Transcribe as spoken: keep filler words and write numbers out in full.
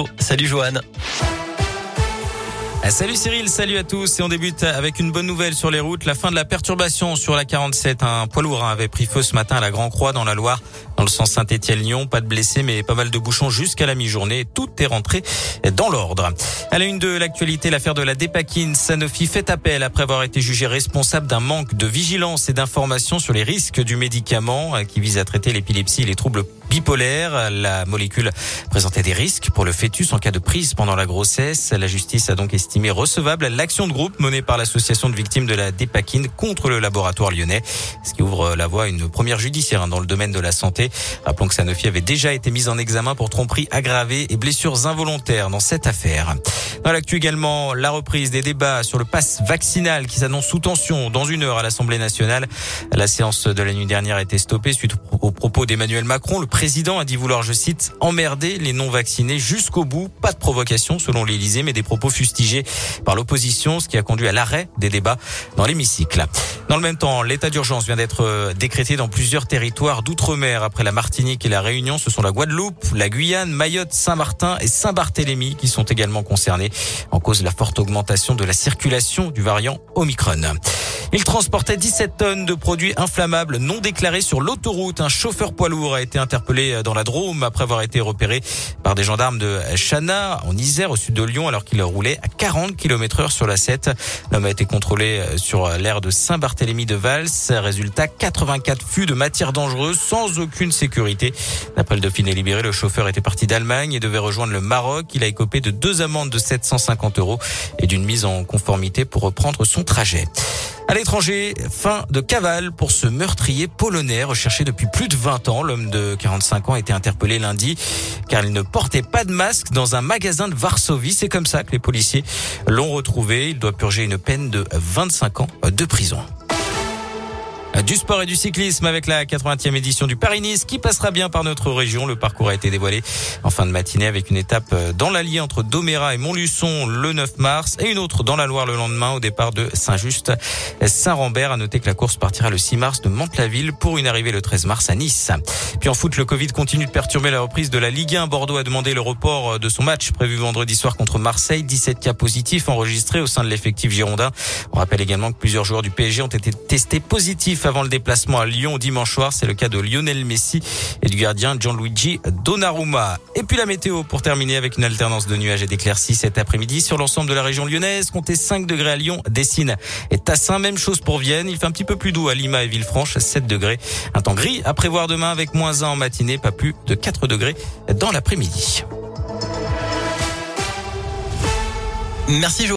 l'info. Salut Johan. Salut Cyril, salut à tous et on débute avec une bonne nouvelle sur les routes. La fin de la perturbation sur la quarante-sept. Un poids lourd avait pris feu ce matin à la Grand-Croix dans la Loire, dans le sens Saint-Étienne-Lyon. Pas de blessés mais pas mal de bouchons jusqu'à la mi-journée. Tout est rentré dans l'ordre. À la une de l'actualité, l'affaire de la Dépakine. Sanofi fait appel après avoir été jugé responsable d'un manque de vigilance et d'information sur les risques du médicament qui vise à traiter l'épilepsie et les troubles bipolaires. La molécule présentait des risques pour le fœtus en cas de prise pendant la grossesse. La justice a donc estimé recevable l'action de groupe menée par l'association de victimes de la Dépakine contre le laboratoire lyonnais, ce qui ouvre la voie à une première judiciaire dans le domaine de la santé. Rappelons que Sanofi avait déjà été mise en examen pour tromperie aggravée et blessures involontaires dans cette affaire. Dans l'actu également, la reprise des débats sur le pass vaccinal qui s'annonce sous tension dans une heure à l'Assemblée nationale. La séance de la nuit dernière a été stoppée suite aux propos d'Emmanuel Macron. Le président a dit vouloir, je cite, emmerder les non-vaccinés jusqu'au bout. Pas de provocation selon l'Élysée, mais des propos fustigés par l'opposition, ce qui a conduit à l'arrêt des débats dans l'hémicycle. Dans le même temps, l'état d'urgence vient d'être décrété dans plusieurs territoires d'outre-mer. Après la Martinique et la Réunion, ce sont la Guadeloupe, la Guyane, Mayotte, Saint-Martin et Saint-Barthélemy qui sont également concernés, en cause la forte augmentation de la circulation du variant Omicron. Il transportait dix-sept tonnes de produits inflammables non déclarés sur l'autoroute. Un chauffeur poids lourd a été interpellé dans la Drôme après avoir été repéré par des gendarmes de Chana, en Isère, au sud de Lyon, alors qu'il roulait à quarante kilomètres heure sur la sept. L'homme a été contrôlé sur l'aire de Saint-Barthélemy de Vals. Résultat, quatre-vingt-quatre fûts de matière dangereuse sans aucune sécurité. D'après le Dauphiné libéré, le chauffeur était parti d'Allemagne et devait rejoindre le Maroc. Il a écopé de deux amendes de sept cent cinquante euros et d'une mise en conformité pour reprendre son trajet. À l'étranger, fin de cavale pour ce meurtrier polonais recherché depuis plus de vingt ans. L'homme de quarante-cinq ans a été interpellé lundi car il ne portait pas de masque dans un magasin de Varsovie. C'est comme ça que les policiers l'ont retrouvé. Il doit purger une peine de vingt-cinq ans de prison. Du sport et du cyclisme avec la quatre-vingtième édition du Paris-Nice qui passera bien par notre région. Le parcours a été dévoilé en fin de matinée avec une étape dans l'Allier entre Domérat et Montluçon le neuf mars et une autre dans la Loire le lendemain au départ de Saint-Just-Saint-Rambert. À noter que la course partira le six mars de Mantes-la-Ville pour une arrivée le treize mars à Nice. Puis en foot, le Covid continue de perturber la reprise de la Ligue un. Bordeaux a demandé le report de son match prévu vendredi soir contre Marseille. dix-sept cas positifs enregistrés au sein de l'effectif girondin. On rappelle également que plusieurs joueurs du P S G ont été testés positifs avant le déplacement à Lyon dimanche soir. C'est le cas de Lionel Messi et du gardien Gianluigi Donnarumma. Et puis la météo pour terminer avec une alternance de nuages et d'éclaircies cet après-midi sur l'ensemble de la région lyonnaise. Comptez cinq degrés à Lyon, Dessines et Tassin. Même chose pour Vienne. Il fait un petit peu plus doux à Lima et Villefranche, sept degrés. Un temps gris à prévoir demain avec moins un en matinée, pas plus de quatre degrés dans l'après-midi. Merci Jo.